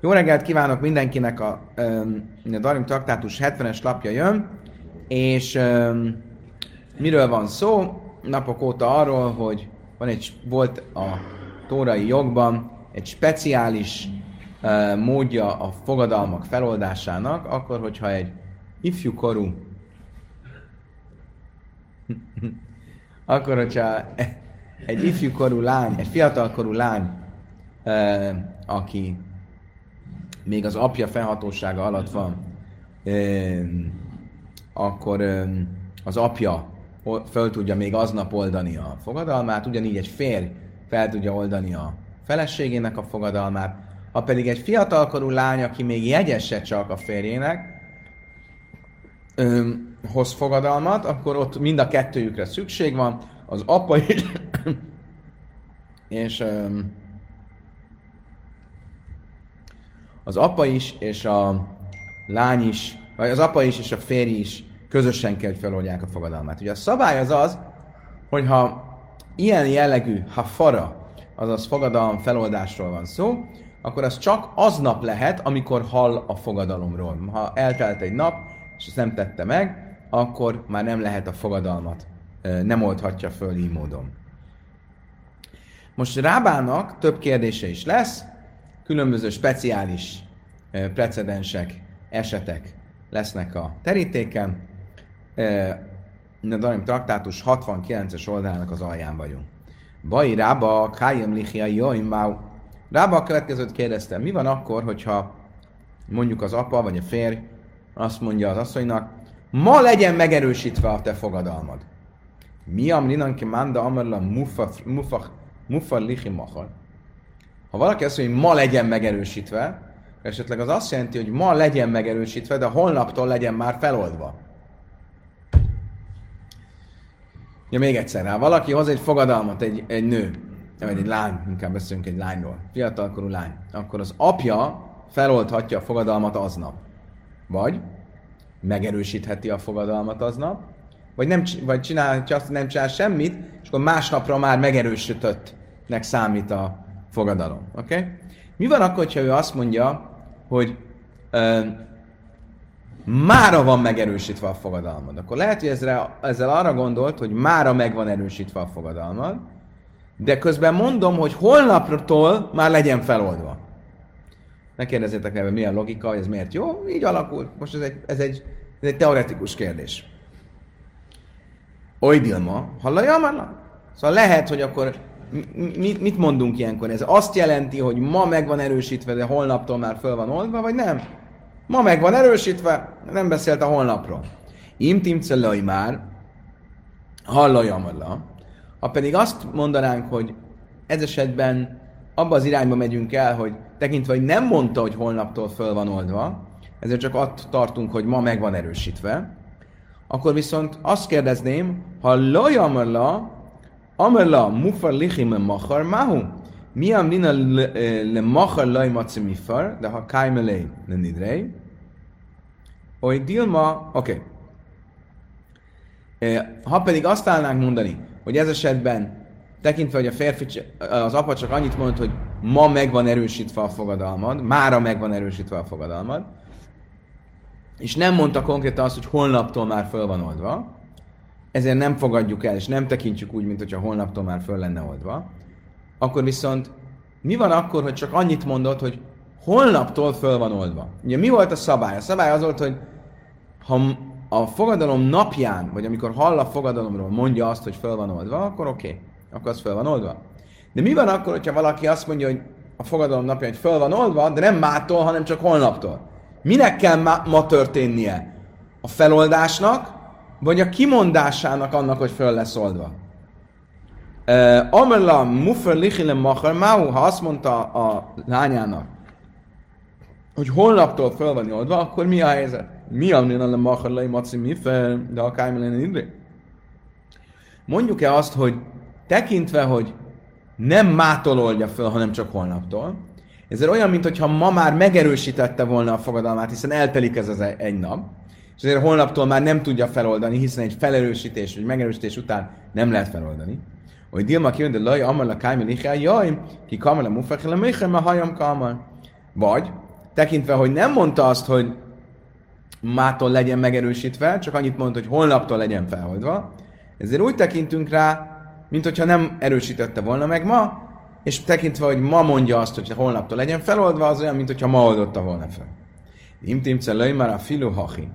Jó reggelt kívánok mindenkinek, a Darim Traktátus 70-es lapja jön, és miről van szó? Napok óta arról, hogy volt a tórai jogban egy speciális módja a fogadalmak feloldásának, akkor, hogyha egy ifjúkorú egy ifjúkorú lány, egy fiatalkorú lány, aki még az apja fennhatósága alatt van, akkor az apja fel tudja még aznap oldani a fogadalmát, ugyanígy egy férj fel tudja oldani a feleségének a fogadalmát, ha pedig egy fiatalkorú lány, aki még jegyese csak a férjének, hoz fogadalmat, akkor ott mind a kettőjükre szükség van, az apa is, és az apa is, és a lány is, vagy az apa is, és a férj is közösen kell, hogy feloldják a fogadalmát. Ugye a szabály az az, hogy ha ilyen jellegű hafara, azaz fogadalom feloldásról van szó, akkor az csak aznap lehet, amikor hall a fogadalomról. Ha eltelt egy nap, és ezt nem tette meg, akkor már nem lehet a fogadalmat, nem oldhatja föl így módon. Most Rábának több kérdése is lesz, különböző speciális precedensek, esetek lesznek a terítéken. A Darim Traktátus 69-es oldalának az alján vagyunk. Bai Rába, Kájem Lichia, Joim Máu. Rába a következőt kérdeztem, mi van akkor, hogyha mondjuk az apa vagy a férj azt mondja az asszonynak, ma legyen megerősítve a te fogadalmad. Mi amrinanki manda amarla mufa lichi machar. Ha valaki azt mondja, hogy ma legyen megerősítve, esetleg az azt jelenti, hogy ma legyen megerősítve, de holnaptól legyen már feloldva. Ja, még egyszer, ha valaki hoz egy fogadalmat, egy nő, vagy egy lány, inkább beszélünk egy lányról, fiatalkorú lány, akkor az apja feloldhatja a fogadalmat aznap. Vagy megerősítheti a fogadalmat aznap, vagy nem csinál semmit, és akkor másnapra már megerősítettnek számít a fogadalom. Okay? Mi van akkor, ha ő azt mondja, hogy mára van megerősítve a fogadalmad? Akkor lehet, hogy ezzel arra gondolt, hogy mára meg van erősítve a fogadalmad, de közben mondom, hogy holnaptól már legyen feloldva. Ne kérdezzétek meg, mi a logika, hogy ez miért jó, így alakul. Most ez egy teoretikus kérdés. Oly Dilma, hallja már? Szóval lehet, hogy akkor mit mondunk ilyenkor? Ez azt jelenti, hogy ma meg van erősítve, de holnaptól már föl van oldva, vagy nem? Ma meg van erősítve, nem beszélt a holnapról. Imtimcelaj már, hallja már. Ha pedig azt mondanánk, hogy ez esetben abba az irányba megyünk el, hogy tekintve, hogy nem mondta, hogy holnaptól föl van oldva, ezért csak ott tartunk, hogy ma meg van erősítve, akkor viszont azt kérdezném, ha loj amarla mufar lichim machar mahu, mi amrina le machar loj macimifar, de ha kájmelé le nidrei, oly dilma, oké. Ha pedig azt állnánk mondani, hogy ez esetben tekintve, hogy a férfi, az apa csak annyit mondott, hogy ma meg van erősítve a fogadalmad, mára meg van erősítve a fogadalmad, és nem mondta konkrétan azt, hogy holnaptól már föl van oldva, ezért nem fogadjuk el, és nem tekintjük úgy, mint hogyha holnaptól már föl lenne oldva, akkor viszont mi van akkor, hogy csak annyit mondott, hogy holnaptól föl van oldva? Ugye mi volt a szabály? A szabály az volt, hogy ha a fogadalom napján, vagy amikor hall a fogadalomról, mondja azt, hogy föl van oldva, akkor oké. Akkor az föl van oldva. De mi van akkor, hogyha valaki azt mondja, hogy a fogadalom napján, hogy föl van oldva, de nem mától, hanem csak holnaptól? Minek kell ma történnie? A feloldásnak, vagy a kimondásának annak, hogy föl lesz oldva? Amerla mufer lichilem machar máhu, ha azt mondta a lányának, hogy holnaptól föl van oldva, akkor mi a helyzet? Mi amnén le machar lei maci mifer, de a kájmelen idré? Mondjuk-e azt, hogy tekintve, hogy nem mától oldja föl, hanem csak holnaptól, ezért olyan, mintha ma már megerősítette volna a fogadalmát, hiszen eltelik ez az egy nap, és ezért holnaptól már nem tudja feloldani, hiszen egy felerősítés, vagy megerősítés után nem lehet feloldani. Hogy Dilma kijön, de laj, amal a kájmel ichel, jaj, ki kamal a mufekele méhem, a hajam kamal. Vagy tekintve, hogy nem mondta azt, hogy mától legyen megerősítve, csak annyit mondta, hogy holnaptól legyen feloldva. Ezért úgy tekintünk rá, mint hogyha nem erősítette volna meg ma, és tekintve, hogy ma mondja azt, hogy holnaptól legyen feloldva, az olyan, mint hogyha ma oldotta volna fel. Imtimce löjmár a filu hachi.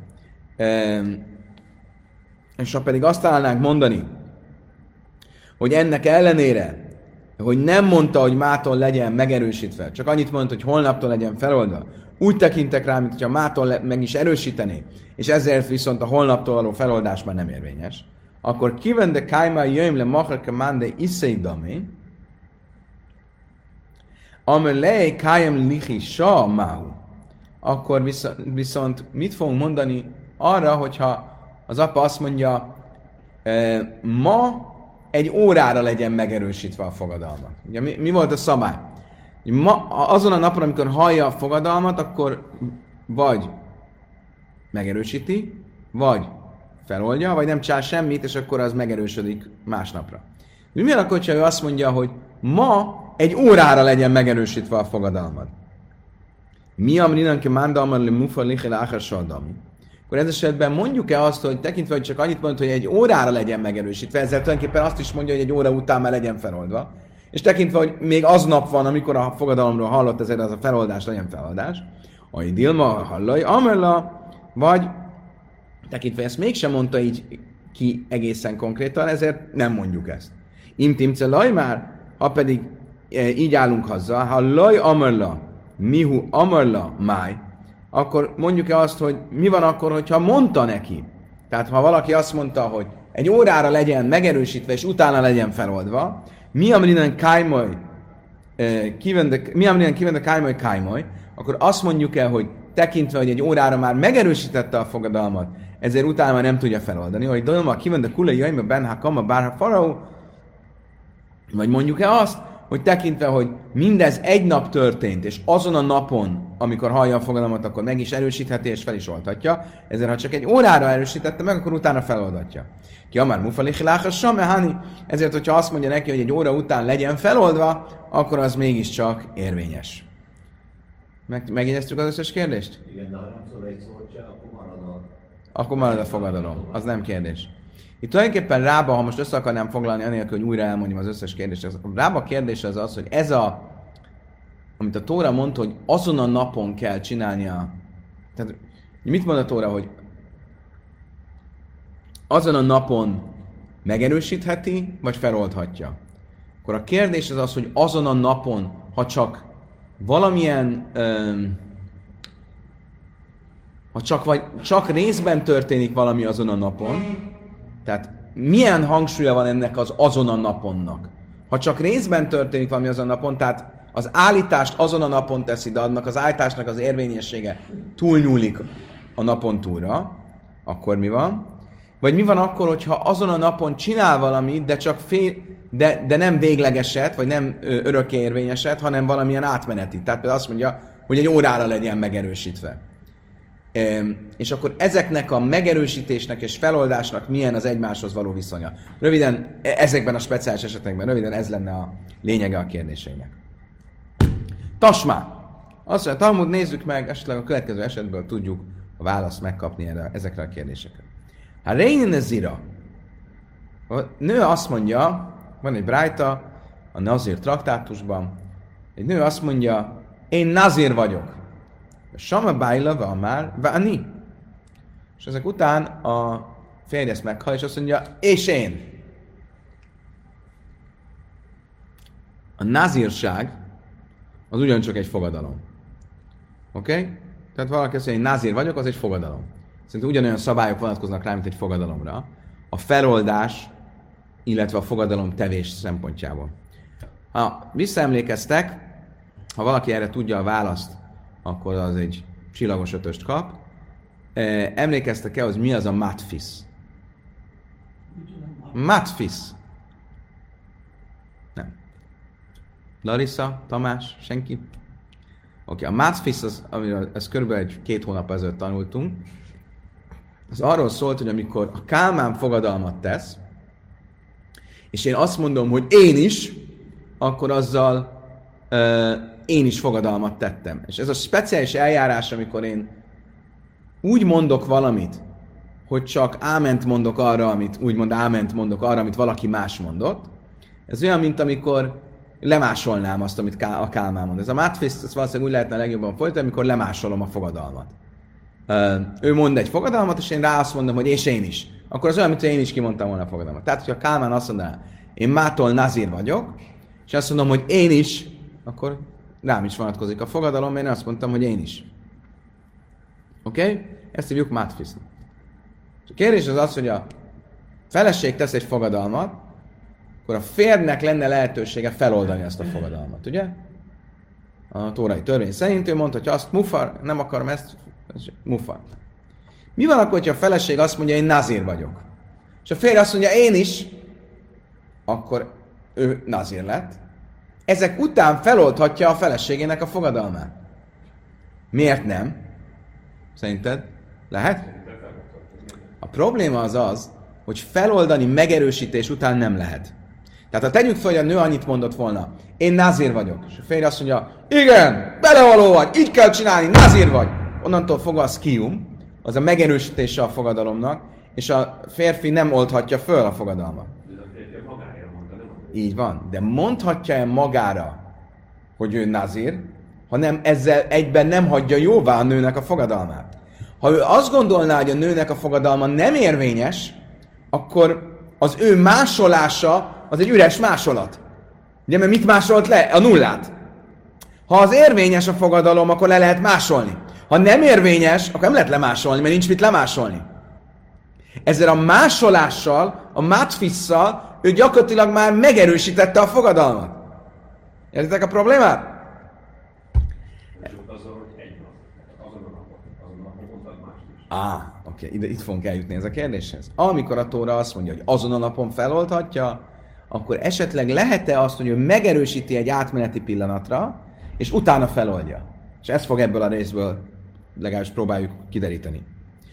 És ha pedig azt találnánk mondani, hogy ennek ellenére, hogy nem mondta, hogy mától legyen megerősítve, csak annyit mondta, hogy holnaptól legyen feloldva, úgy tekintek rá, mint hogyha mától meg is erősítené, és ezért viszont a holnaptól való feloldás már nem érvényes, akkor kivende kájmá jöjjm le machar mande iszei damé, amelé kájem lichi sa máhu. Akkor viszont mit fogunk mondani arra, hogyha az apa azt mondja, ma egy órára legyen megerősítve a fogadalmat. Ugye mi volt a szabály? Ma, azon a napon, amikor hallja a fogadalmat, akkor vagy megerősíti, vagy feloldja, vagy nem csinál semmit, és akkor az megerősödik másnapra. Mi akkor, hogyha ő azt mondja, hogy ma egy órára legyen megerősítve a fogadalmat? Mi amrinanke mándalman le mufa lichel áhar sardalmi. Akkor ez esetben mondjuk-e azt, hogy tekintve, hogy csak annyit mondta, hogy egy órára legyen megerősítve, ezzel tulajdonképpen azt is mondja, hogy egy óra után már legyen feloldva. És tekintve, hogy még aznap van, amikor a fogadalomról hallott, ezért az a feloldás legyen feloldás. A Dilma hallaj, amella, vagy tekintve ezt mégsem mondta így ki egészen konkrétan, ezért nem mondjuk ezt. Imtimce laj már, ha pedig így állunk hozzá, ha laj amella, mihu amella máj, akkor mondjuk-e azt, hogy mi van akkor, hogyha mondta neki? Tehát ha valaki azt mondta, hogy egy órára legyen megerősítve, és utána legyen feloldva, mi amrinen kájmoly, kivende kájmoly, akkor azt mondjuk el, hogy tekintve, hogy egy órára már megerősítette a fogadalmat, ezért utána már nem tudja feloldani, hogy dolma kivende kulai jaimba benha kama bárha faraó, vagy mondjuk-e azt, hogy tekintve, hogy mindez egy nap történt, és azon a napon, amikor hallja a fogadalmat, akkor meg is erősítheti, és fel is oldhatja. Ezért, ha csak egy órára erősítette meg, akkor utána feloldatja. Ki amár mufalichi láhassa mehani, ezért, hogyha azt mondja neki, hogy egy óra után legyen feloldva, akkor az mégiscsak érvényes. Megjegyeztük az összes kérdést? Igen, de ha nem szól egy szót se, akkor marad a fogadalom. Az nem kérdés. Itt tulajdonképpen Rába, ha most össze akarnám foglalni anélkül, hogy újra elmondjam az összes kérdést, a Rába kérdés az az, hogy ez a, amit a Tóra mondta, hogy azon a napon kell csinálnia. Tehát mit mond a Tóra, hogy azon a napon megerősítheti, vagy feloldhatja? Akkor a kérdés az az, hogy azon a napon, ha csak valamilyen, csak részben történik valami azon a napon, tehát milyen hangsúlya van ennek az azon a naponnak? Ha csak részben történik valami azon a napon, tehát az állítást azon a napon teszi, de annak az állításnak az érvényessége túlnyúlik a napon túlra, akkor mi van? Vagy mi van akkor, hogyha azon a napon csinál valamit, de csak de nem véglegeset, vagy nem örökké érvényeset, hanem valamilyen átmeneti. Tehát például azt mondja, hogy egy órára legyen megerősítve. És akkor ezeknek a megerősítésnek és feloldásnak milyen az egymáshoz való viszonya. Röviden, ezekben a speciális esetekben röviden ez lenne a lényege a kérdéseinek. Tasmá! Azt mondja, Talmud, nézzük meg, esetleg a következő esetből tudjuk a választ megkapni ezekre a kérdésekre. Hát Reinin Zira. A nő azt mondja, van egy brájta a Nazir traktátusban, egy nő azt mondja, én Nazir vagyok. Sama bájla már váni. És ezek után a férj ezt meghal, és azt mondja, és én. A nazírság az ugyancsak egy fogadalom. Oké? Okay? Tehát valaki azt mondja, én nazír vagyok, az egy fogadalom. Szerintem ugyanolyan szabályok vonatkoznak rá, mint egy fogadalomra. A feloldás, illetve a fogadalom tevés szempontjából. Ha visszaemlékeztek, ha valaki erre tudja a választ, akkor az egy csillagos ötöst kap. Emlékeztek-e, hogy mi az a matfis? Matfis. Nem. Larissa, Tamás, senki? Oké, a matfis, amiről ezt körülbelül 2 hónap ezelőtt tanultunk, az arról szólt, hogy amikor a Kálmán fogadalmat tesz, és én azt mondom, hogy én is, akkor azzal én is fogadalmat tettem. És ez a speciális eljárás, amikor én úgy mondok valamit, hogy csak áment mondok arra, amit valaki más mondott, ez olyan, mint amikor lemásolnám azt, amit a Kálmán mond. Ez a matfiszt, ez valószínűleg úgy lehetne legjobban folytatni, amikor lemásolom a fogadalmat. Ő mond egy fogadalmat, és én rá azt mondom, hogy és én is. Akkor az olyan, mint hogy én is kimondtam volna a fogadalmat. Tehát, hogyha a Kálmán azt mondaná, én mától nazír vagyok, és azt mondom, hogy én is, akkor rám is vonatkozik a fogadalom, mert én azt mondtam, hogy én is. Oké? Ezt hívjuk matfisztnek. A kérdés az az, hogy a feleség tesz egy fogadalmat, akkor a férjnek lenne lehetősége feloldani ezt a fogadalmat, ugye? A tórai törvény szerint ő mondhatja azt, mufar, nem akarom ezt, mufar. Mi van akkor, hogyha a feleség azt mondja, én nazír vagyok? És a férj azt mondja, én is, akkor ő nazír lett. Ezek után feloldhatja a feleségének a fogadalmát. Miért nem? Szerinted? Lehet? A probléma az az, hogy feloldani megerősítés után nem lehet. Tehát ha tegyük fel, hogy a nő annyit mondott volna, én nazír vagyok, és a férj azt mondja, igen, belevaló vagy, így kell csinálni, nazír vagy. Onnantól fogva a szkium, az a megerősítése a fogadalomnak, és a férfi nem oldhatja föl a fogadalmat. Így van, de mondhatja-e magára, hogy ő nazír, hanem ezzel egyben nem hagyja jóvá a nőnek a fogadalmát. Ha ő azt gondolná, hogy a nőnek a fogadalma nem érvényes, akkor az ő másolása az egy üres másolat. Ugye, mert mit másolt le? A nullát. Ha az érvényes a fogadalom, akkor le lehet másolni. Ha nem érvényes, akkor nem lehet lemásolni, mert nincs mit lemásolni. Ezzel a másolással, a matfisszal ő gyakorlatilag már megerősítette a fogadalmat. Értitek a problémát? Oké, itt fogunk eljutni ez a kérdéshez. Amikor a Tóra azt mondja, hogy azon a napon feloldhatja, akkor esetleg lehet-e azt, hogy ő megerősíti egy átmeneti pillanatra, és utána feloldja. És ezt fog ebből a részből legalábbis próbáljuk kideríteni.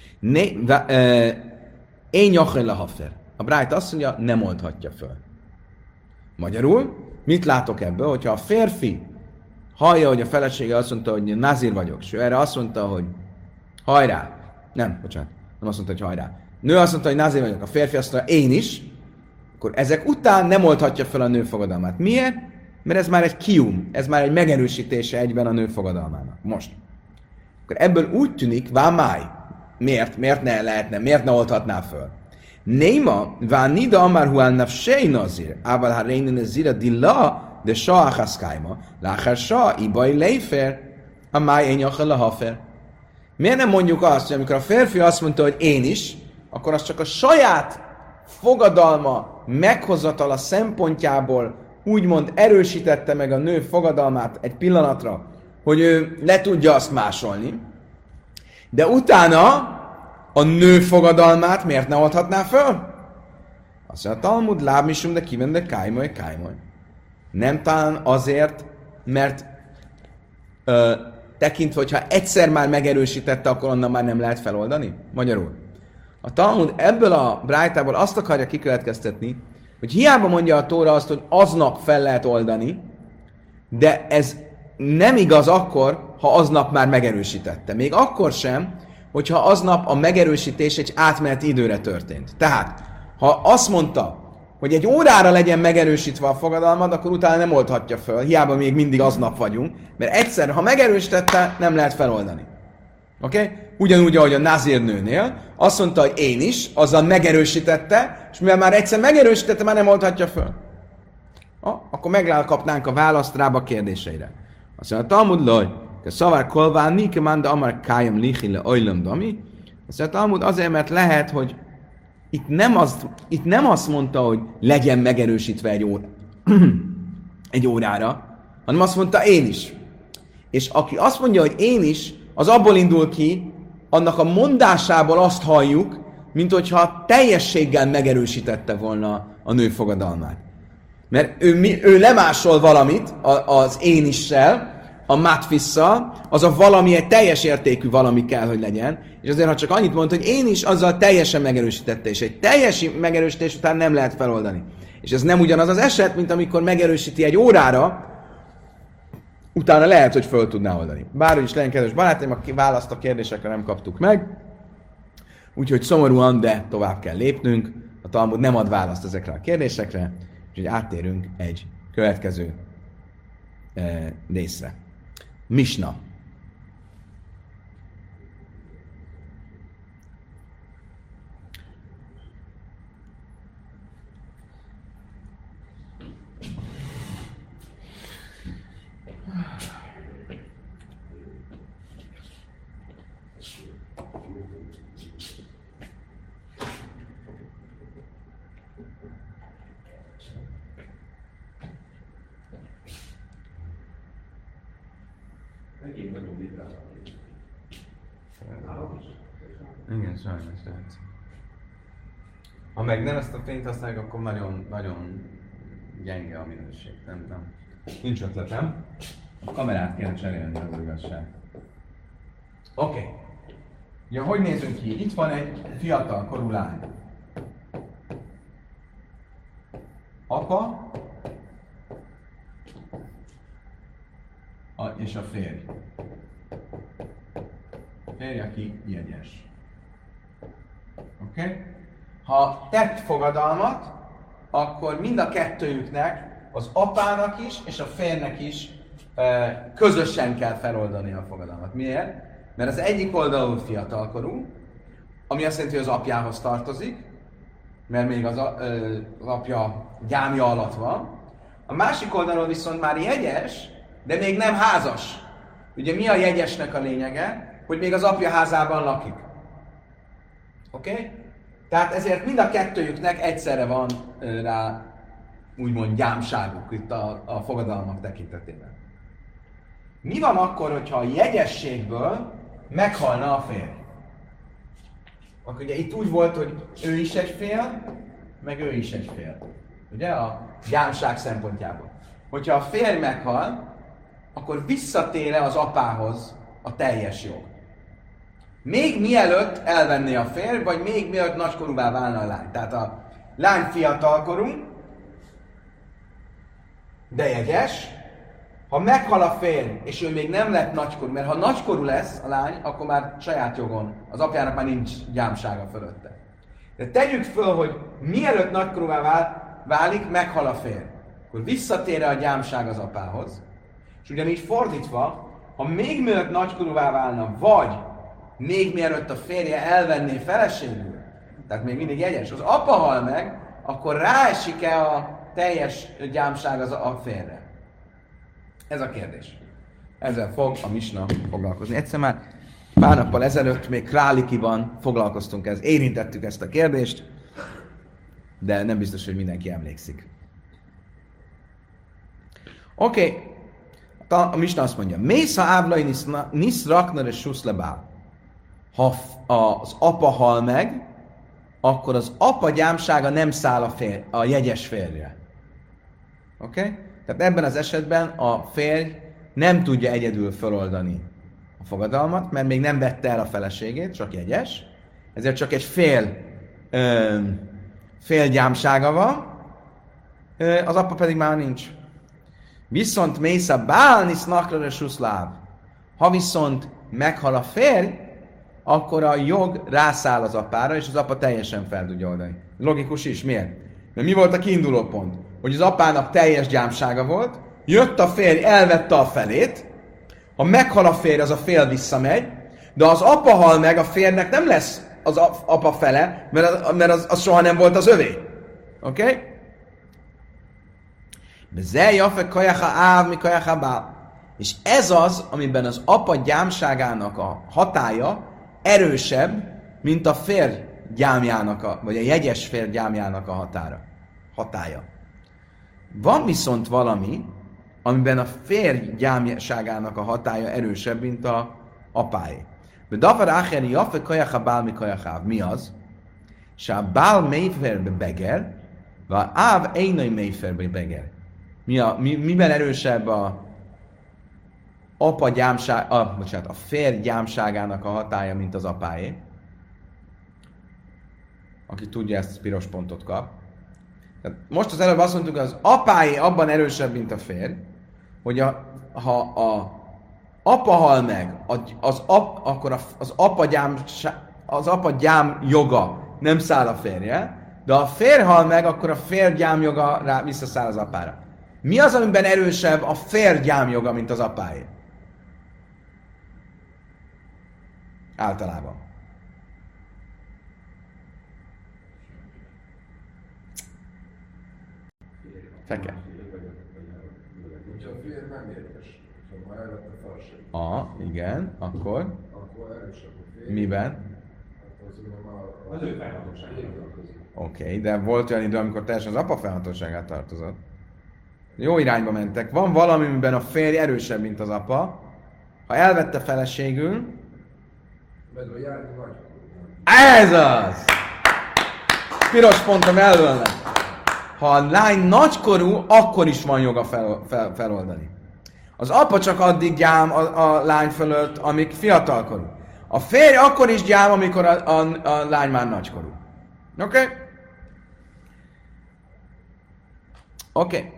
Én nyachel le hafer. A Brájt azt mondja, nem oldhatja föl. Magyarul, mit látok ebből? Hogyha a férfi hallja, hogy a felesége azt mondta, hogy nazír vagyok, és ő erre azt mondta, hogy hajrá. Nem azt mondta, hogy hajrá. Nő azt mondta, hogy nazír vagyok, a férfi azt mondta, én is, akkor ezek után nem oldhatja fel a nő fogadalmát. Miért? Mert ez már egy kium, ez már egy megerősítése egyben a nő fogadalmának. Most. Akkor ebből úgy tűnik, vámáj. Miért? Miért ne lehetne? Miért ne oldhatná föl? Néma, ván nida amár huán nafsej nazír, ával ha reinen zira dilla, de sa achaszkájma, láhár sa ibai leifer, a máj én jachel a hafer. Miért nem mondjuk azt, hogy amikor a férfi azt mondta, hogy én is, akkor az csak a saját fogadalma meghozatala szempontjából úgymond erősítette meg a nő fogadalmát egy pillanatra, hogy ő le tudja azt másolni, de utána a nő fogadalmát miért ne oldhatná föl? Azt mondja, a Talmud lábmisum, de kivende kájmoly. Nem talán azért, mert tekintve, hogyha egyszer már megerősítette, akkor onnan már nem lehet feloldani? Magyarul. A Talmud ebből a brájtából azt akarja kikövetkeztetni, hogy hiába mondja a Tóra azt, hogy aznap fel lehet oldani, de ez nem igaz akkor, ha aznap már megerősítette. Még akkor sem, hogyha aznap a megerősítés egy átmeneti időre történt. Tehát, ha azt mondta, hogy egy órára legyen megerősítve a fogadalmad, akkor utána nem oldhatja föl, hiába még mindig aznap vagyunk, mert egyszer, ha megerősítette, nem lehet feloldani. Oké? Okay? Ugyanúgy, ahogy a nazír nőnél, azt mondta, hogy én is, azzal megerősítette, és mivel már egyszer megerősítette, már nem oldhatja föl. Akkor megkapnánk a választ rába a kérdéseire. Azt mondja, a Talmud loj, que szavár kolván, nike manda amar kájam lichi le ojlom dami. Azt mondja, a Talmud azért, mert lehet, hogy itt nem azt mondta, hogy legyen megerősítve egy órára, hanem azt mondta, én is. És aki azt mondja, hogy én is, az abból indul ki, annak a mondásából azt halljuk, mint hogyha teljességgel megerősítette volna a nő fogadalmát. Mert ő lemásol valamit az én issel, a matfisszal, az a valami egy teljes értékű valami kell, hogy legyen, és azért, ha csak annyit mondta, hogy én is, azzal teljesen megerősítette, és egy teljes megerősítés után nem lehet feloldani. És ez nem ugyanaz az eset, mint amikor megerősíti egy órára, utána lehet, hogy föl tudná oldani. Bárhogy is legyen, kedves barátaim, aki választ a kérdésekre nem kaptuk meg, úgyhogy szomorúan, de tovább kell lépnünk. A Talmud nem ad választ ezekre a kérdésekre, úgyhogy áttérünk egy következő részre. Misna. Megint vagyunk itt rá. Igen, sajnos lehet. Ha meg nem ezt a fényt használjuk, akkor nagyon, nagyon gyenge a minőség. Nem. Nincs ötletem. A kamerát kell cserélni, az igazság. Oké. Ja, hogy nézünk ki? Itt van egy fiatal korú lány. Apa és a férj. Férj, aki jegyes. Oké? Ha tett fogadalmat, akkor mind a kettőjüknek, az apának is és a férjnek is közösen kell feloldani a fogadalmat. Miért? Mert az egyik oldalon fiatalkorú, ami azt jelenti, hogy az apjához tartozik, mert még az apja gyámja alatt van. A másik oldalon viszont már jegyes, de még nem házas. Ugye mi a jegyesnek a lényege? Hogy még az apja házában lakik. Oké? Tehát ezért mind a kettőjüknek egyszerre van rá úgymond gyámságuk itt a fogadalmak tekintetében. Mi van akkor, hogyha a jegyességből meghalna a férj? Akkor ugye itt úgy volt, hogy ő is egy fél, meg ő is egy fél. Ugye a gyámság szempontjából. Hogyha a férj meghal, akkor visszatér az apához a teljes jog. Még mielőtt elvenné a férj, vagy még mielőtt nagykorúvá válna a lány. Tehát a lány fiatalkorú, de jegyes. Ha meghal a férj, és ő még nem lett nagykorú, mert ha nagykorú lesz a lány, akkor már saját jogon, az apjának már nincs gyámsága fölötte. De tegyük föl, hogy mielőtt nagykorúvá válik, meghal a férj. Akkor visszatér a gyámság az apához. És ugyanígy fordítva, ha még mielőtt nagykorúvá válna, vagy még mielőtt a férje elvenné feleségül, tehát még mindig jegyes, az apa hal meg, akkor ráesik-e a teljes gyámság a férjre? Ez a kérdés. Ezzel fog a misna foglalkozni. Egyszer már pár nappal ezelőtt, még Králikiban foglalkoztunk ezzel, érintettük ezt a kérdést, de nem biztos, hogy mindenki emlékszik. Oké. A misna azt mondja, Mésza áblai nisz raknar és suszlebál. Ha az apa hal meg, akkor az apa gyámsága nem száll a jegyes férjre. Oké? Tehát ebben az esetben a férj nem tudja egyedül feloldani a fogadalmat, mert még nem vette el a feleségét, csak jegyes, ezért csak egy fél gyámsága van, az apa pedig már nincs. Viszont mésza bálnisz nakra suszláv. Ha viszont meghal a férj, akkor a jog rászáll az apára, és az apa teljesen fel tudja oldani. Logikus is. Miért? Mert mi volt a kiinduló pont? Hogy az apának teljes gyámsága volt, jött a férj, elvette a felét, ha meghal a férj, az a fél visszamegy, de az apa hal meg, a férjnek nem lesz az apa fele, mert az soha nem volt az övé. Oké? Okay? És ez az, amiben az apa gyámságának a hatálya erősebb, mint a férj gyámjának, vagy a jegyes férj gyámjának a hatálya. Van viszont valami, amiben a férj gyámságának a hatálya erősebb, mint a apáé. De davar áheri jafe kajacha bál mi kajachav. Mi az? És a bál mélyferbe beger, vagy áv énai mélyferbe beger. Miben erősebb a férj gyámságának a hatálya, mint az apáé? Aki tudja, ezt piros pontot kap. Tehát most az előbb azt mondtuk, hogy az apáé abban erősebb, mint a férj, hogy ha a apa hal meg, akkor az apa gyám joga nem száll a férje, de ha a férj hal meg, akkor a férj gyám joga visszaszáll az apára. Mi az, amiben erősebb a férj gyám joga, mint az apáé? Általában. Feke. Hogyha a férj nem értes, ha már elvette a felség. Igen, akkor Akkor erősebb a férj. miben? Hát az ugye Az ő felhatóságával. Oké, de volt olyan idő, amikor teljesen az apa felhatóságát tartozott. Jó irányba mentek. Van valami, amiben a férj erősebb, mint az apa. Ha elvette feleségül, Medve járni nagy. ez az! Piros pontom elvölne. Ha a lány nagykorú, akkor is van joga feloldani. Az apa csak addig gyám a lány fölött, amíg fiatalkorú. A férj akkor is gyám, amikor a lány már nagykorú. Oké? Oké,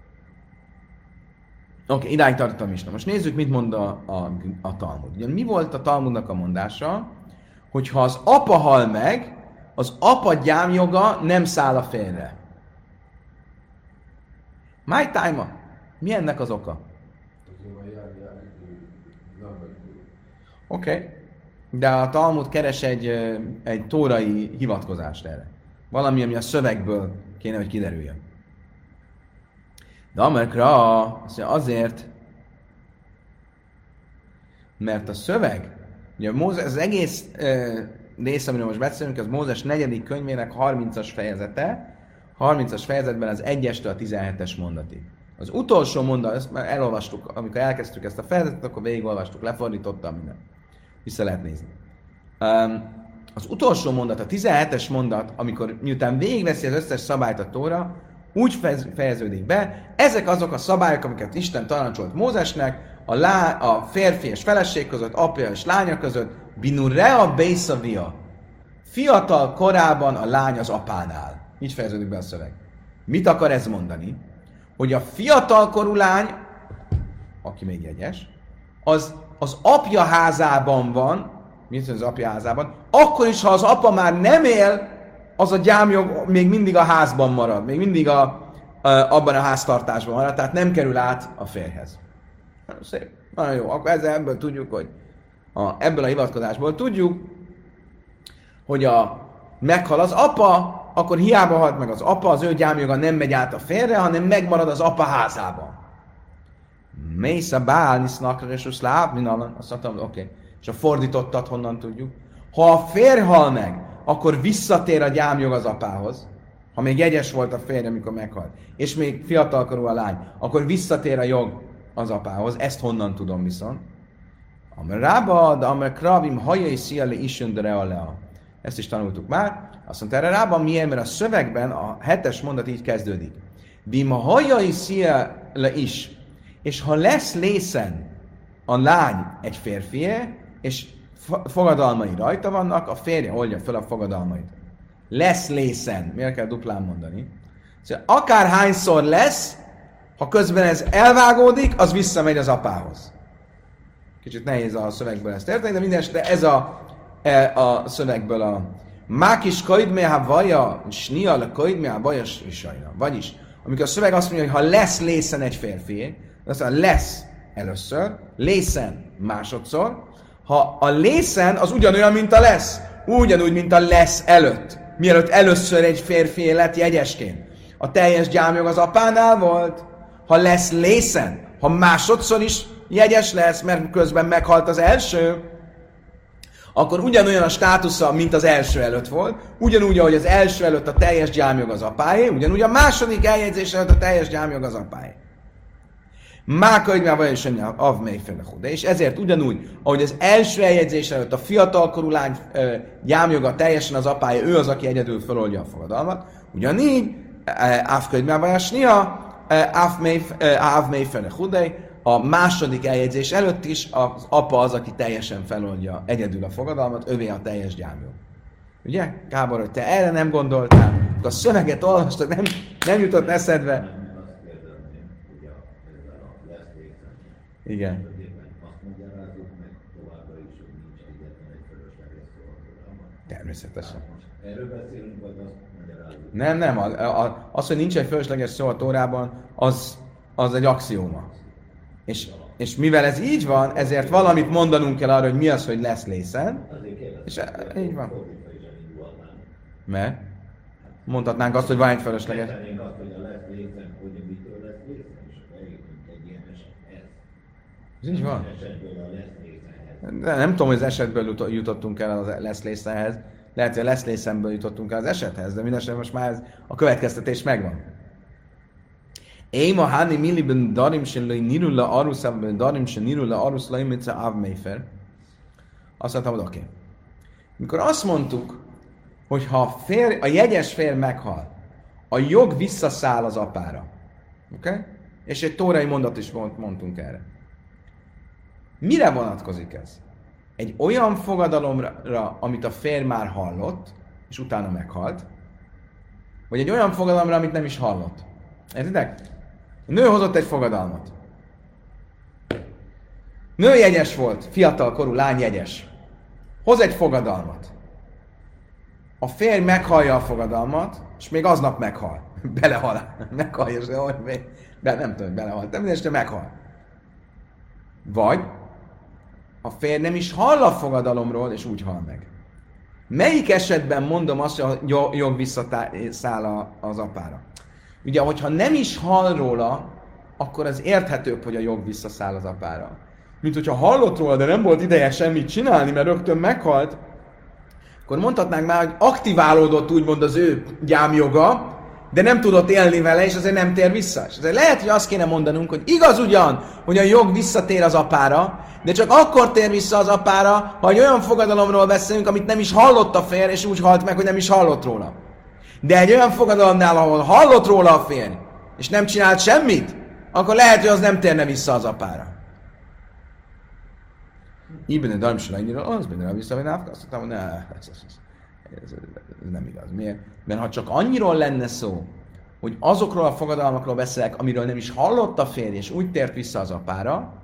idáig tartottam is. Na most nézzük, mit mond a Talmud. Ugye mi volt a Talmudnak a mondása? Hogy ha az apa hal meg, az apa gyámjoga nem száll a férjre. My time-a. Mi ennek az oka? Azért már járni, nem meg. Oké. De a Talmud keres egy tórai hivatkozást erre. Valami, ami a szövegből kéne, hogy kiderüljön. De Amerkra azért, mert a szöveg, ugye Mózes, az egész rész, amiről most beszélünk, az Mózes 4. könyvének 30-as fejezete, 30-as fejezetben az 1-estől a 17-es mondatig. Az utolsó mondat, ezt már elolvastuk, amikor elkezdtük ezt a fejezetet, akkor végigolvastuk, lefordítottam minden. Vissza lehet nézni. Az utolsó mondat, a 17-es mondat, amikor miután végigveszi az összes szabályt a Tóra, úgy fejeződik be, ezek azok a szabályok, amiket Isten parancsolt Mózesnek, a férfi és feleség között, apja és lánya között, binurea beisavia. Fiatal korában a lány az apánál. Így fejeződik be a szöveg. Mit akar ez mondani? Hogy a fiatalkorú lány, aki még jegyes, az apja házában van, mit az apja házában, akkor is, ha az apa már nem él, az a gyámjog még mindig a házban marad, még mindig abban a háztartásban marad, tehát nem kerül át a férjhez. Szép, nagyon jó. Akkor ebből tudjuk, hogy ebből a hivatkozásból tudjuk, hogy meghal az apa, akkor hiába halt meg az apa, az ő gyámjoga nem megy át a férjre, hanem megmarad az apa házában. Mész a bálnisznak, és a szláv, azt mondtam, oké. És a fordítottat honnan tudjuk? Ha a férj hal meg, akkor visszatér a gyámjog az apához. Ha még jegyes volt a férj, amikor meghalt, és még fiatalkorú a lány, akkor visszatér a jog az apához. Ezt honnan tudom viszont? Amer rába, de amer kravim hajai sziale isöndere alea. Ezt is tanultuk már. Azt mondta erre rába, miért? Mert a szövegben a 7-es mondat így kezdődik. Bima hajai sziale is. És ha lesz lészen a lány egy férfié, és fogadalmai rajta vannak, a férje oldja fel a fogadalmait. Lesz lészen. Miért kell duplán mondani? Szóval akárhányszor lesz, ha közben ez elvágódik, az visszamegy az apához. Kicsit nehéz a szövegből ezt érteni, de mindenesetre ez a szövegből a mákis kaidmea vaja, snia le kaidmea vaja sisajna. Vagyis, amikor a szöveg azt mondja, hogy ha lesz lészen egy férfi, aztán lesz először, lészen másodszor, ha a lészen az ugyanolyan, mint a lesz, ugyanúgy, mint a lesz előtt, mielőtt először egy férfi lett jegyesként. A teljes gyámjog az apánál volt, ha lesz lészen, ha másodszor is jegyes lesz, mert közben meghalt az első, akkor ugyanolyan a státusza, mint az első előtt volt, ugyanúgy, ahogy az első előtt a teljes gyámjog az apáé, ugyanúgy a második eljegyzés előtt a teljes gyámjog az apáé. Mákaidmával is avmélyfelehude. És ezért ugyanúgy, ahogy az első eljegyzés előtt a fiatalkorú lány gyámjoga teljesen az apája, ő az, aki egyedül feloldja a fogadalmat, ugyanígy ávkaidmával snia, avmélyfelehude, a második eljegyzés előtt is az apa az, aki teljesen feloldja egyedül a fogadalmat, övé a teljes gyámjog. Ugye? Gábor, hogy te erre nem gondoltál, akkor a szöveget olvastad, nem jutott eszedbe. Nem azt kérdezném, hogy például a lesz Igen. Azt magyarázzuk meg továbbra is, hogy nincs egyetlen egy fölösleges szolgáltatában. Természetesen. Erről beszélünk, vagy azt magyarázzuk? Nem. Az, hogy nincs egy fölösleges szó a Tórában, az egy axióma. És mivel ez így van, ezért valamit mondanunk kell arra, hogy mi az, hogy lesz lészen. És így van. Mert mondhatnánk azt, hogy van egy fölösleges. Tennénk azt, hogy a lesz lészen, hogy mitől lesz lészen, és akkor eljutunk egy ilyen esethez. Ez így van. Esetből a lesz lészenhez. De nem tudom, hogy az esetből jutottunk el a lesz lészenhez. Lehet, hogy a lesz lészenből jutottunk el az esethez, de mindesetre most már a következtetés megvan. Éma hani milliben darim sen lőj nirulla aruszában darim sen nirulla arusz lőj mitza avméfer. Azt mondtam, hogy oké. Mikor azt mondtuk, hogy ha a jegyes férj meghal, a jog visszaszáll az apára. Oké? Okay? És egy tórai mondat is mondtunk erre. Mire vonatkozik ez? Egy olyan fogadalomra, amit a férj már hallott, és utána meghalt, vagy egy olyan fogadalomra, amit nem is hallott. Értitek? A nő hozott egy fogadalmat. Nő jegyes volt, fiatalkorú lány jegyes. Hoz egy fogadalmat. A férj meghallja a fogadalmat, és még aznap meghal. Belehal. Meghallja, és nem tudom, hogy belehal. De mindenesetre meghal. Vagy a férj nem is hall a fogadalomról, és úgy hal meg. Melyik esetben mondom azt, hogy a jog visszaszáll az apára? Ugye, hogyha nem is hall róla, akkor az érthetőbb, hogy a jog visszaszáll az apára. Mint hogyha hallott róla, de nem volt ideje semmit csinálni, mert rögtön meghalt, akkor mondhatnánk már, hogy aktiválódott úgymond az ő gyámjoga, de nem tudott élni vele, és azért nem tér vissza. És azért lehet, hogy azt kéne mondanunk, hogy igaz ugyan, hogy a jog visszatér az apára, de csak akkor tér vissza az apára, ha egy olyan fogadalomról beszélünk, amit nem is hallott a férj, és úgy halt meg, hogy nem is hallott róla. De egy olyan fogadalomnál, ahol hallott róla a férj, és nem csinált semmit, akkor lehet, hogy az nem térne vissza az apára. Ibn Darmsra annyira, az benne vissza, hogy azt mondtam, hogy ez nem igaz. Miért? Mert ha csak annyiról lenne szó, hogy azokról a fogadalmakról beszélek, amiről nem is hallott a férj, és úgy tért vissza az apára,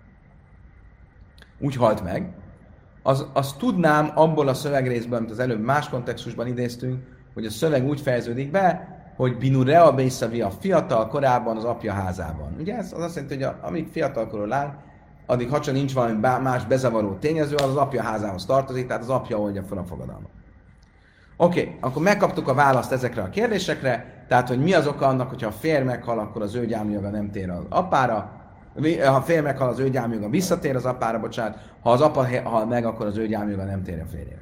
úgy halt meg, azt tudnám abból a szövegrészből, amit az előbb más kontextusban idéztünk, hogy a szöveg úgy fejeződik be, hogy Binu Rea Beiszavi a fiatal korában az apja házában. Ugye ez az azt jelenti, hogy amíg fiatalkorú lány, addig ha csak nincs valami más bezavaró tényező, az apja házához tartozik, tehát az apja oldja fel a fogadalmat. Oké, akkor megkaptuk a választ ezekre a kérdésekre, tehát hogy mi az oka annak, hogyha a férj meghal, akkor az ő gyámjoga nem tér az apára, ha a férj meghal, az ő gyámjoga visszatér az apára, bocsánat, ha az apa hal meg, akkor az ő gyámjoga nem tér a férjére.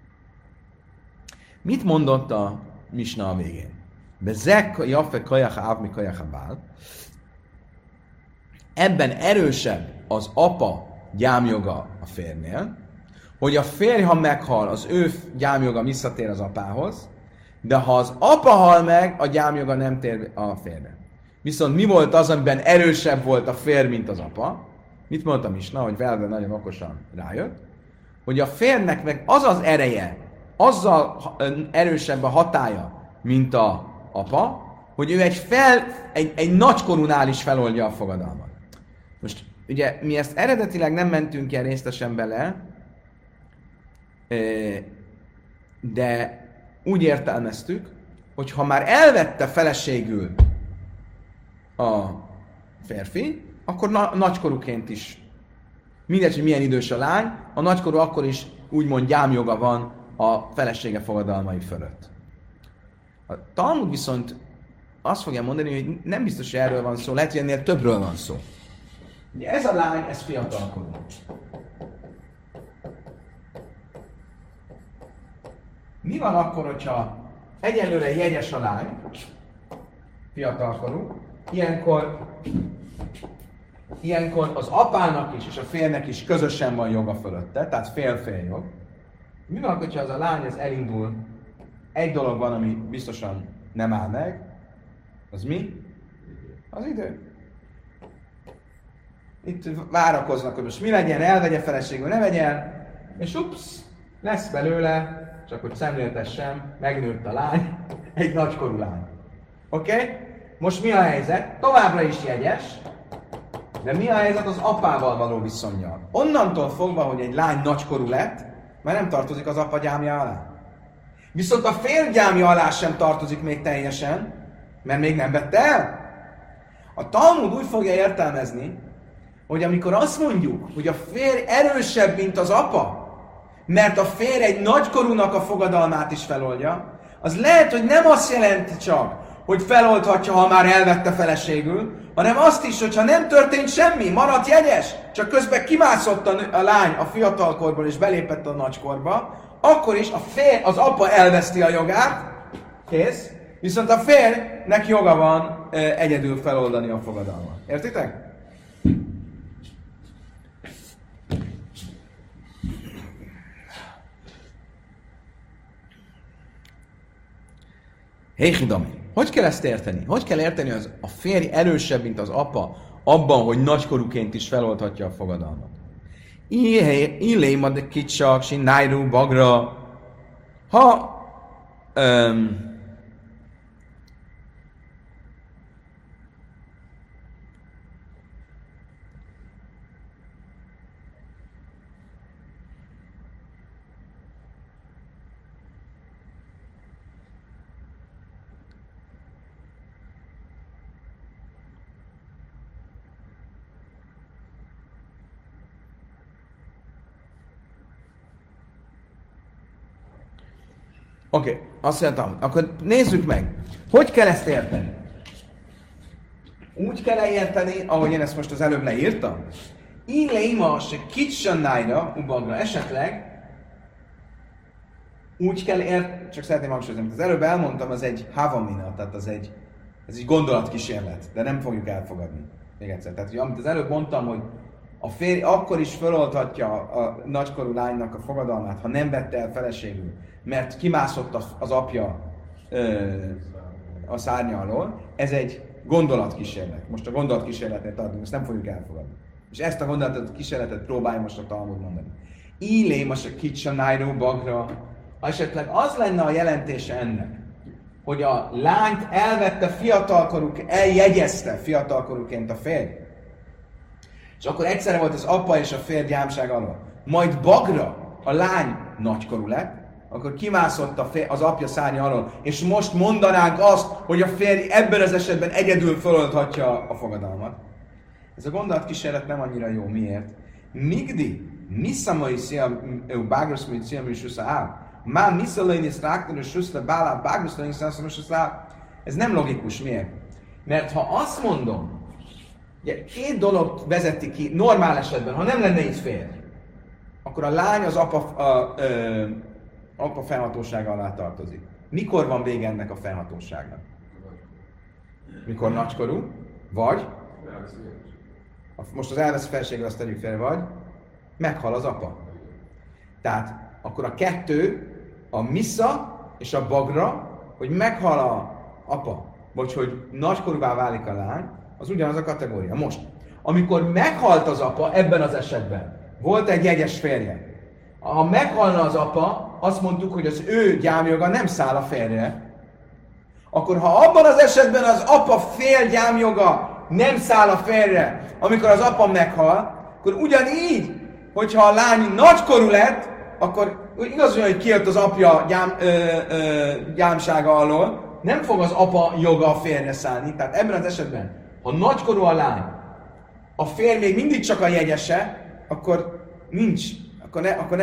Mit mondott a Misna a végén? Bezek jaffe kajach ávmi kajach bál. Ebben erősebb az apa gyámjoga a férjnél, hogy a férj, ha meghal, az ő gyámjoga visszatér az apához, de ha az apa hal meg, a gyámjoga nem tér a férjre. Viszont mi volt az, amiben erősebb volt a férj, mint az apa? Mit mondta Misna, hogy Velve nagyon okosan rájött? Hogy a férjnek meg az az ereje, azzal erősebb a hatálya, mint a apa, hogy ő egy nagykorúnál is feloldja a fogadalmat. Most ugye mi ezt eredetileg nem mentünk ilyen részletesen bele, de úgy értelmeztük, hogy ha már elvette feleségül a férfi, akkor nagykorúként is, mindegy, hogy milyen idős a lány, a nagykorú akkor is úgymond gyámjoga van a felesége fogadalmai fölött. A Talmud viszont azt fogja mondani, hogy nem biztos, hogy erről van szó, lehet, hogy ennél többről van szó. Ugye ez a lány, ez fiatalkorú. Mi van akkor, hogyha egyelőre jegyes a lány, fiatalkorú, ilyenkor az apának is és a férnek is közösen van joga fölötte, tehát fél-fél jog. Mi van, hogyha az a lány ez elindul, egy dolog van, ami biztosan nem áll meg, az mi? Az idő. Itt várakoznak, hogy most mi legyen, elvegye feleségül, ne vegyen, és ups, lesz belőle, csak hogy szemléltessem, megnőtt a lány, egy nagykorú lány. Oké? Most mi a helyzet? Továbbra is jegyes, De mi a helyzet az apával való viszonnyal? Onnantól fogva, hogy egy lány nagykorú lett, már nem tartozik az apa gyámja alá. Viszont a férj gyámja alá sem tartozik még teljesen, mert még nem vette el. A Talmud úgy fogja értelmezni, hogy amikor azt mondjuk, hogy a férj erősebb, mint az apa, mert a férj egy nagykorúnak a fogadalmát is feloldja, az lehet, hogy nem azt jelenti csak, hogy feloldhatja, ha már elvette feleségül, hanem azt is, hogyha nem történt semmi, maradt jegyes, csak közben kimászott a lány a fiatalkorból és belépett a nagykorba, akkor is az apa elveszti a jogát, kész, viszont a férjnek joga van egyedül feloldani a fogadalmat. Értitek? Héhidami. Hogy kell ezt érteni? Hogy kell érteni, hogy a férj erősebb, mint az apa, abban, hogy nagykorúként is feloldhatja a fogadalmat? Illéma de kicsak, sinájrú, bagra. Ha Oké, azt mondtam, akkor nézzük meg, hogy kell ezt érteni? Úgy kell érteni, ahogy én ezt most az előbb leírtam? Illéma se kicsannájra, ubagra, esetleg úgy kell érteni, csak szeretném hangsúlyozni, amit az előbb elmondtam, az egy havamina, tehát ez egy gondolatkísérlet, de nem fogjuk elfogadni. Még egyszer. Tehát, hogy amit az előbb mondtam, hogy a férj akkor is feloldhatja a nagykorú lánynak a fogadalmát, ha nem vette el feleségül, mert kimászott az apja a szárnya alól. Ez egy gondolatkísérlet. Most a gondolatkísérletnél tartunk, ezt nem fogjuk elfogadni. És ezt a gondolatkísérletet próbálja most a Talmud mondani. Illém most a kicsanájró bagra. Esetleg az lenne a jelentése ennek, hogy a lányt elvette eljegyezte fiatalkorúként a férj. És akkor egyszerre volt az apa és a férj gyámság alól. Majd bagra a lány nagykorú lett, akkor kimászott az apja szárnya alól, és most mondanánk azt, hogy a férj ebben az esetben egyedül feloldhatja a fogadalmat. Ez a gondolatkísérlet nem annyira jó. Miért? Migdi, niszamai szia, bágroszmai szia, műsősz áll. Már niszalai sztráktor, és suszle bálá, bágroszlai szia, ez nem logikus. Miért? Mert ha azt mondom, ugye, két vezeti ki normál esetben, ha nem lenne itt férj, akkor a lány az apa felhatósága alá tartozik. Mikor van vége ennek a felhatóságnak? Mikor nagykorú? Vagy? Most az elvesz felségre azt tegyük fel, vagy? Meghal az apa. Tehát akkor a kettő, a misza és a bagra, hogy meghal a apa, vagy hogy nagykorúvá válik a lány, az ugyanaz a kategória. Most, amikor meghalt az apa, ebben az esetben, volt egy jegyes férje. Ha meghalna az apa, azt mondtuk, hogy az ő gyámjoga nem száll a férjre. Akkor ha abban az esetben az apa fél gyámjoga nem száll a férjre, amikor az apa meghal, akkor ugyanígy, hogyha a lány nagykorú lett, akkor igaz, hogy kijött az apja gyámsága alól, nem fog az apa joga a férjre szállni. Tehát ebben az esetben, ha nagykorú a lány, a férj még mindig csak a jegyese, akkor nincs, akkor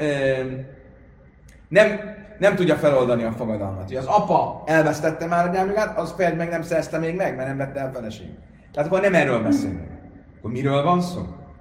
nem tudja feloldani a fogadalmat. Ugye az apa elvesztette már a gyámjogát, az férj meg nem szerezte még meg, mert nem vette el feleségét. Tehát akkor nem erről beszélünk. Akkor miről van szó?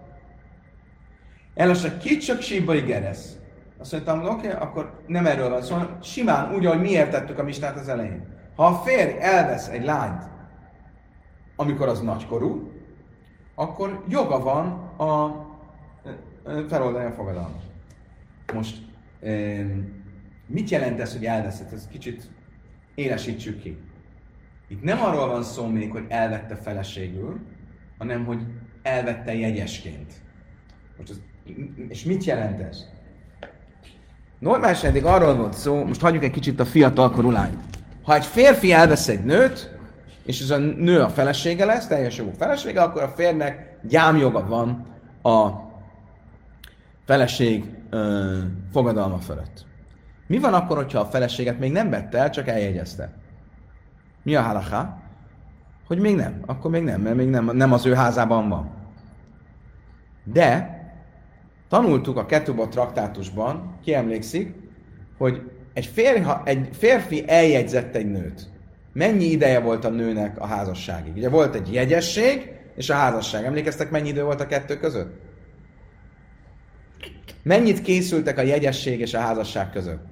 Elassak kicsak síbai geresz. Azt mondtam, hogy oké, akkor nem erről van szó, hanem simán úgy, ahogy mi értettük a mistát az elején. Ha a férj elvesz egy lányt, amikor az nagykorú, akkor joga van a feloldani a fogadalmat. Most mit jelent ez, hogy elveszett? Ezt kicsit élesítsük ki. Itt nem arról van szó még, hogy elvette feleségül, hanem hogy elvette jegyesként. És mit jelent ez? Normálisan eddig arról volt szó, most hagyjuk egy kicsit a fiatalkorú lányt. Ha egy férfi elvesz egy nőt, és ez a nő a felesége lesz, teljes jogú felesége, akkor a férnek gyámjoga van a feleség fogadalma fölött. Mi van akkor, hogyha a feleséget még nem vette el, csak eljegyezte? Mi a halaká? Hogy még nem. Akkor még nem, mert még nem az ő házában van. De tanultuk a Ketubot traktátusban, ki emlékszik, hogy egy férfi eljegyzett egy nőt. Mennyi ideje volt a nőnek a házasságig? Ugye volt egy jegyesség és a házasság. Emlékeztek, mennyi idő volt a kettő között? Mennyit készültek a jegyesség és a házasság között?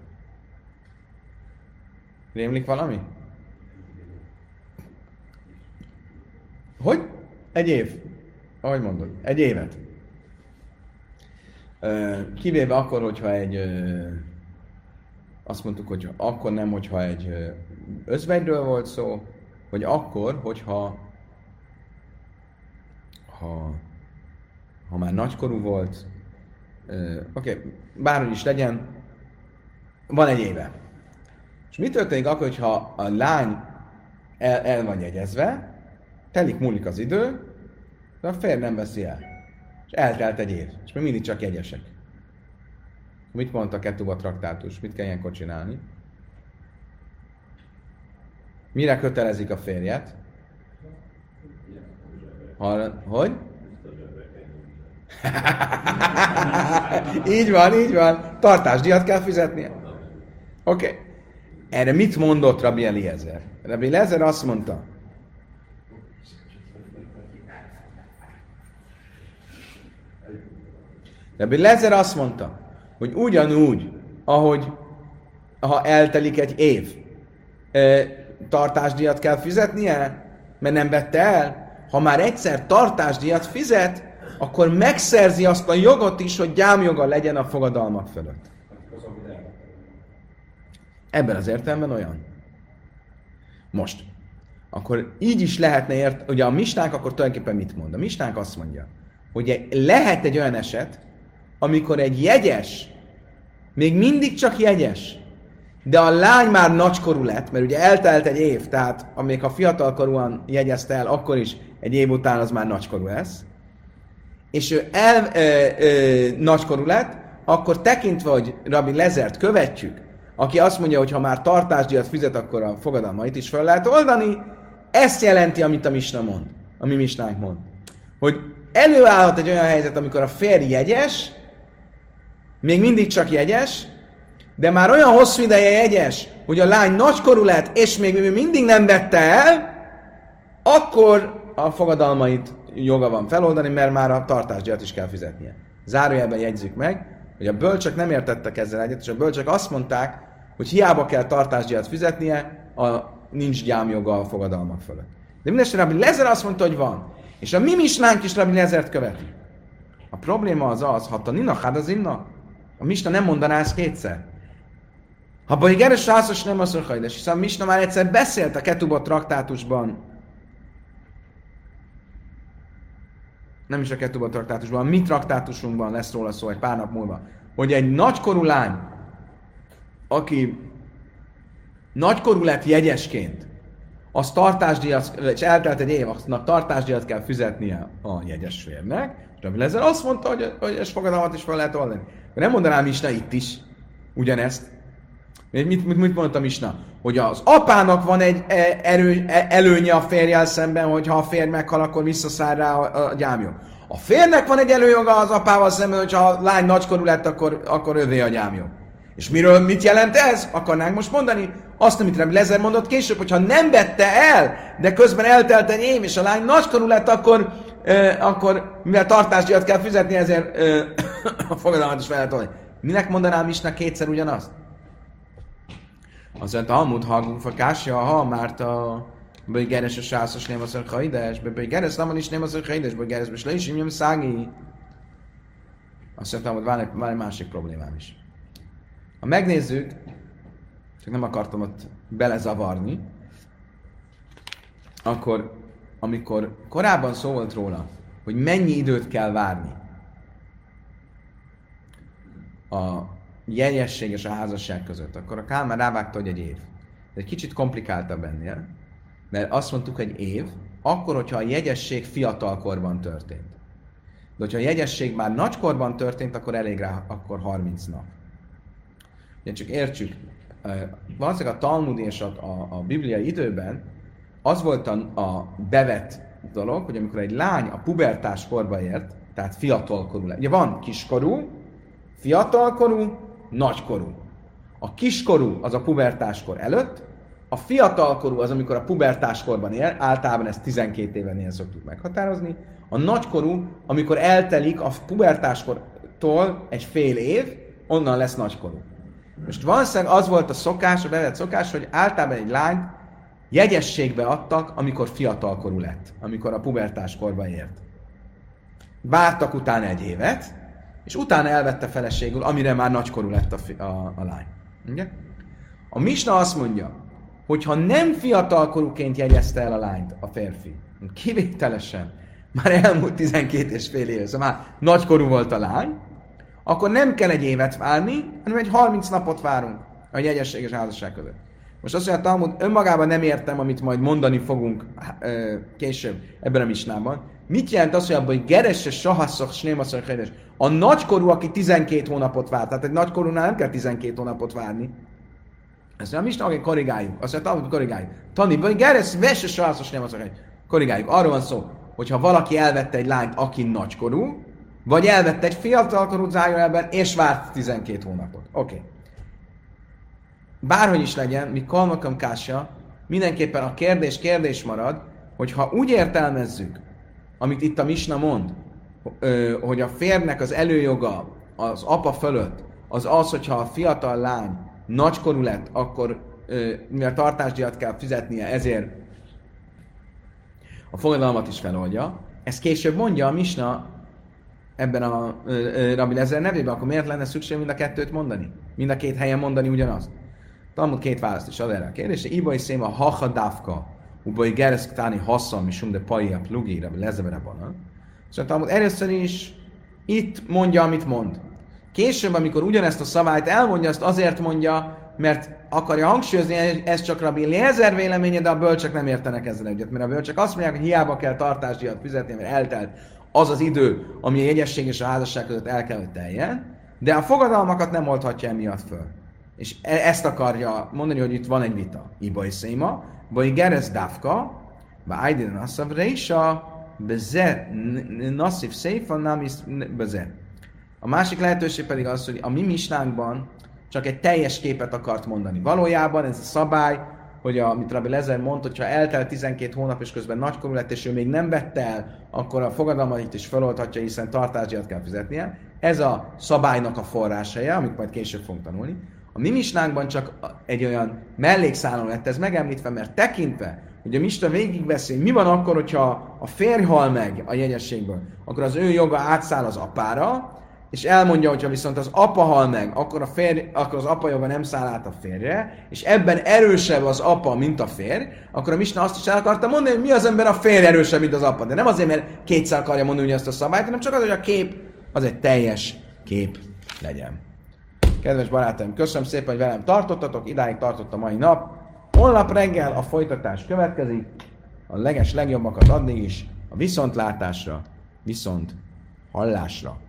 Rémlik valami? Hogy? Egy év. Ahogy mondod, egy évet. Kivéve akkor, hogyha azt mondtuk, hogy akkor nem, hogyha egy özvegyről volt szó, vagy akkor, hogyha ha már nagykorú volt, oké, bárhogy is legyen, van egy éve. És mi történik akkor, hogyha a lány el van jegyezve, múlik az idő, de a férj nem veszi el. És eltelt egy év, és még mindig csak jegyesek. Mit mondta a Ketuba traktátus? Mit kell ilyenkor csinálni? Mire kötelezik a férjet? Hogy? Így van. Tartásdíjat kell fizetnie. Oké. Erre mit mondott Rabbi Eliezer? Rabbi Eliezer azt mondta, hogy ugyanúgy, ahogy ha eltelik egy év, tartásdíjat kell fizetnie, mert nem vette el. Ha már egyszer tartásdíjat fizet, akkor megszerzi azt a jogot is, hogy gyámjoga legyen a fogadalmak fölött. Ebben az értelemben olyan. Most, akkor így is lehetne ugye a misnánk akkor tulajdonképpen mit mond? A misnánk azt mondja, hogy lehet egy olyan eset, amikor egy jegyes, még mindig csak jegyes, de a lány már nagykorú lett, mert ugye eltelt egy év, tehát amíg ha fiatalkorúan jegyezte el, akkor is egy év után az már nagykorú lesz, és ő nagykorú lett, akkor tekintve, hogy Rabbi Lezert követjük, aki azt mondja, hogy ha már tartásdíjat fizet, akkor a fogadalmait is fel lehet oldani, ezt jelenti, amit a misna mond, a mi misnánk mond. Hogy előállhat egy olyan helyzet, amikor a férj jegyes, még mindig csak jegyes, de már olyan hosszú ideje jegyes, hogy a lány nagykorú lett, és még mindig nem vette el, akkor a fogadalmait joga van feloldani, mert már a tartásdíjat is kell fizetnie. Zárójelben jegyzzük meg, hogy a bölcsök nem értettek ezzel egyet, és a bölcsök azt mondták, hogy hiába kell tartásdíjat fizetnie, nincs gyámjoga a fogadalmak fölött. De mindenesetre Rabbi Lezer azt mondta, hogy van. És a mi misnánk is Rabbi Lezert követi. A probléma az, ha tanina hadazimna, a misna nem mondaná ezt kétszer. Ha baj geres rászos nem az hajdes, hiszen a misna már egyszer beszélt a Ketubot traktátusban, nem is a Ketubot traktátusban, a mi traktátusunkban lesz róla szó egy pár nap múlva, hogy egy nagykorú lány, aki nagykorú lett jegyesként, az tartásdíjat, és eltelt egy év, aznak tartásdíjat kell fizetnie a jegyes férnek, és Rabbi Lezer azt mondta, hogy ez fogadalmat is fel lehet oldani. Nem mondanám Misna itt is ugyanezt. Mit mondta Misna? Hogy az apának van egy előnye a férjel szemben, hogy ha a férj meghal, akkor visszaszáll rá a gyámjog. A férnek van egy előjoga az apával szemben, hogy ha a lány nagykorú lett, akkor övé a gyámjog. És mit jelent ez? Akarnánk most mondani? Azt, amit Rabbi Lezer mondott később, hogyha nem vette el, de közben eltelt egy év, és a lány nagykorú lett, akkor mivel tartásdíjat kell fizetni, ezért a fogadalmat is fel lehet oldani. Minek mondanám Misna kétszer ugyanazt? Azt mondta, Hamud Hagúfa Kásja, ha már a Böjgeres a sászos nem az Haides, Böjgeres nem is nem az Haides, Böjgeres is le is imjam szági. Azt mondtam, hogy van egy másik problémám is. Ha megnézzük, csak nem akartam ott belezavarni, akkor amikor korábban szó volt róla, hogy mennyi időt kell várni a jegyesség és a házasság között, akkor a Kálmán rávágta, hogy egy év. De egy kicsit komplikáltabb ennél, Mert azt mondtuk, hogy év, akkor, hogyha a jegyesség fiatalkorban történt. De hogyha a jegyesség már nagykorban történt, akkor elég rá, akkor 30 nap. Ugye csak értsük, valószínűleg a Talmud és a bibliai időben az volt a bevett dolog, hogy amikor egy lány a pubertás korba ért, tehát fiatalkorú lett. Ugye van kiskorú, fiatalkorú, nagykorú. A kiskorú az a pubertáskor előtt, a fiatalkorú az, amikor a pubertáskorban él, általában ezt 12 évenél szoktuk meghatározni, a nagykorú, amikor eltelik a pubertáskortól egy fél év, onnan lesz nagykorú. Most valószínűleg az volt a szokás, a bevett szokás, hogy általában egy lányt jegyességbe adtak, amikor fiatalkorú lett, amikor a pubertáskorba ért. Vártak utána egy évet, és utána elvette feleségül, amire már nagykorú lett a lány. Ugye? A Misna azt mondja, hogy ha nem fiatalkorúként jegyezte el a lányt a férfi, kivételesen, már elmúlt 12 és fél év, szóval már nagykorú volt a lány, akkor nem kell egy évet várni, hanem egy 30 napot várunk a jegyesség és házasság között. Most azt mondja, Talmud, önmagában nem értem, amit majd mondani fogunk később ebben a misnában. Mit jelent az, hogy abban, hogy geresse, sahasszak, snémaszak, helyes? A nagykorú, aki 12 hónapot vár, tehát egy nagykorúnál nem kell 12 hónapot várni. Ezt mondja, a misna, hogy korrigáljuk. Azt mondja, Talmud, korrigáljuk. Tanítva, geresse, vesse, sahasszak, snémaszak, helyes. Korrigáljuk. Arról van szó, hogyha valaki elvette egy lányt, aki nagykorú, vagy elvette egy fiatalkorú zárójelben, és várt 12 hónapot. Oké. Bárhogy is legyen, mi kalmakam kásja, mindenképpen a kérdés marad, hogy ha úgy értelmezzük, amit itt a Misna mond, hogy a férnek az előjoga az apa fölött, az az, hogyha a fiatal lány nagykorú lett, akkor mivel tartásdíjat kell fizetnie, ezért a fogadalmat is feloldja. Ezt később mondja a Misna ebben a Rabbi Lezer nevében, akkor miért lenne szükség mind a kettőt mondani? Mind a két helyen mondani ugyanazt? Talmud két választ is ad erre a kérdésre. Ibai széma hacha dávka, ubai gereszktáni haszam, misum de pai a plugi, Rabbi Lezerbe bana. Szóval Talmud először is itt mondja, amit mond. Később, amikor ugyanezt a szabályt elmondja, azt azért mondja, mert akarja hangsúlyozni, ez csak Rabbi Lezer véleménye, de a bölcsek nem értenek ezzel egyet. Mert a bölcsek azt mondják, hogy hiába kell tartásdíjat fizetni, mert eltelt az az idő, ami a jegyesség és a házasság között el kell, hogy teljen, de a fogadalmakat nem oldhatja emiatt föl. És ezt akarja mondani, hogy itt van egy vita. Ibai széma, vagy geresz dávka, vagy ajdin naszav reisa, beze nasszív széfa, nem is beze. A másik lehetőség pedig az, hogy a mi misnánkban csak egy teljes képet akart mondani. Valójában ez a szabály, hogy amit Rabbi Lezer mondta, hogyha eltelt 12 hónap és közben nagykorú lett, és ő még nem vette el, akkor a fogadalmat is feloldhatja, hiszen tartásdíjat kell fizetnie. Ez a szabálynak a forrásaja, amit majd később fogunk tanulni. A mi misnánkban csak egy olyan mellékszálon lett ez megemlítve, mert tekintve, hogy a misna végigbeszél, mi van akkor, hogyha a férj hal meg a jegyességből, akkor az ő joga átszáll az apára, és elmondja, hogyha viszont az apa hal meg, akkor az apa joga nem száll át a férjre, és ebben erősebb az apa, mint a férj, akkor a misna azt is el akarta mondani, hogy mi az ember a férj erősebb, mint az apa. De nem azért, mert kétszer akarja mondani ezt a szabályt, hanem csak az, hogy a kép az egy teljes kép legyen. Kedves barátaim, köszönöm szépen, hogy velem tartottatok, idáig tartott a mai nap. Holnap reggel a folytatás következik, a legjobbakat addig is, a viszontlátásra, viszont hallásra.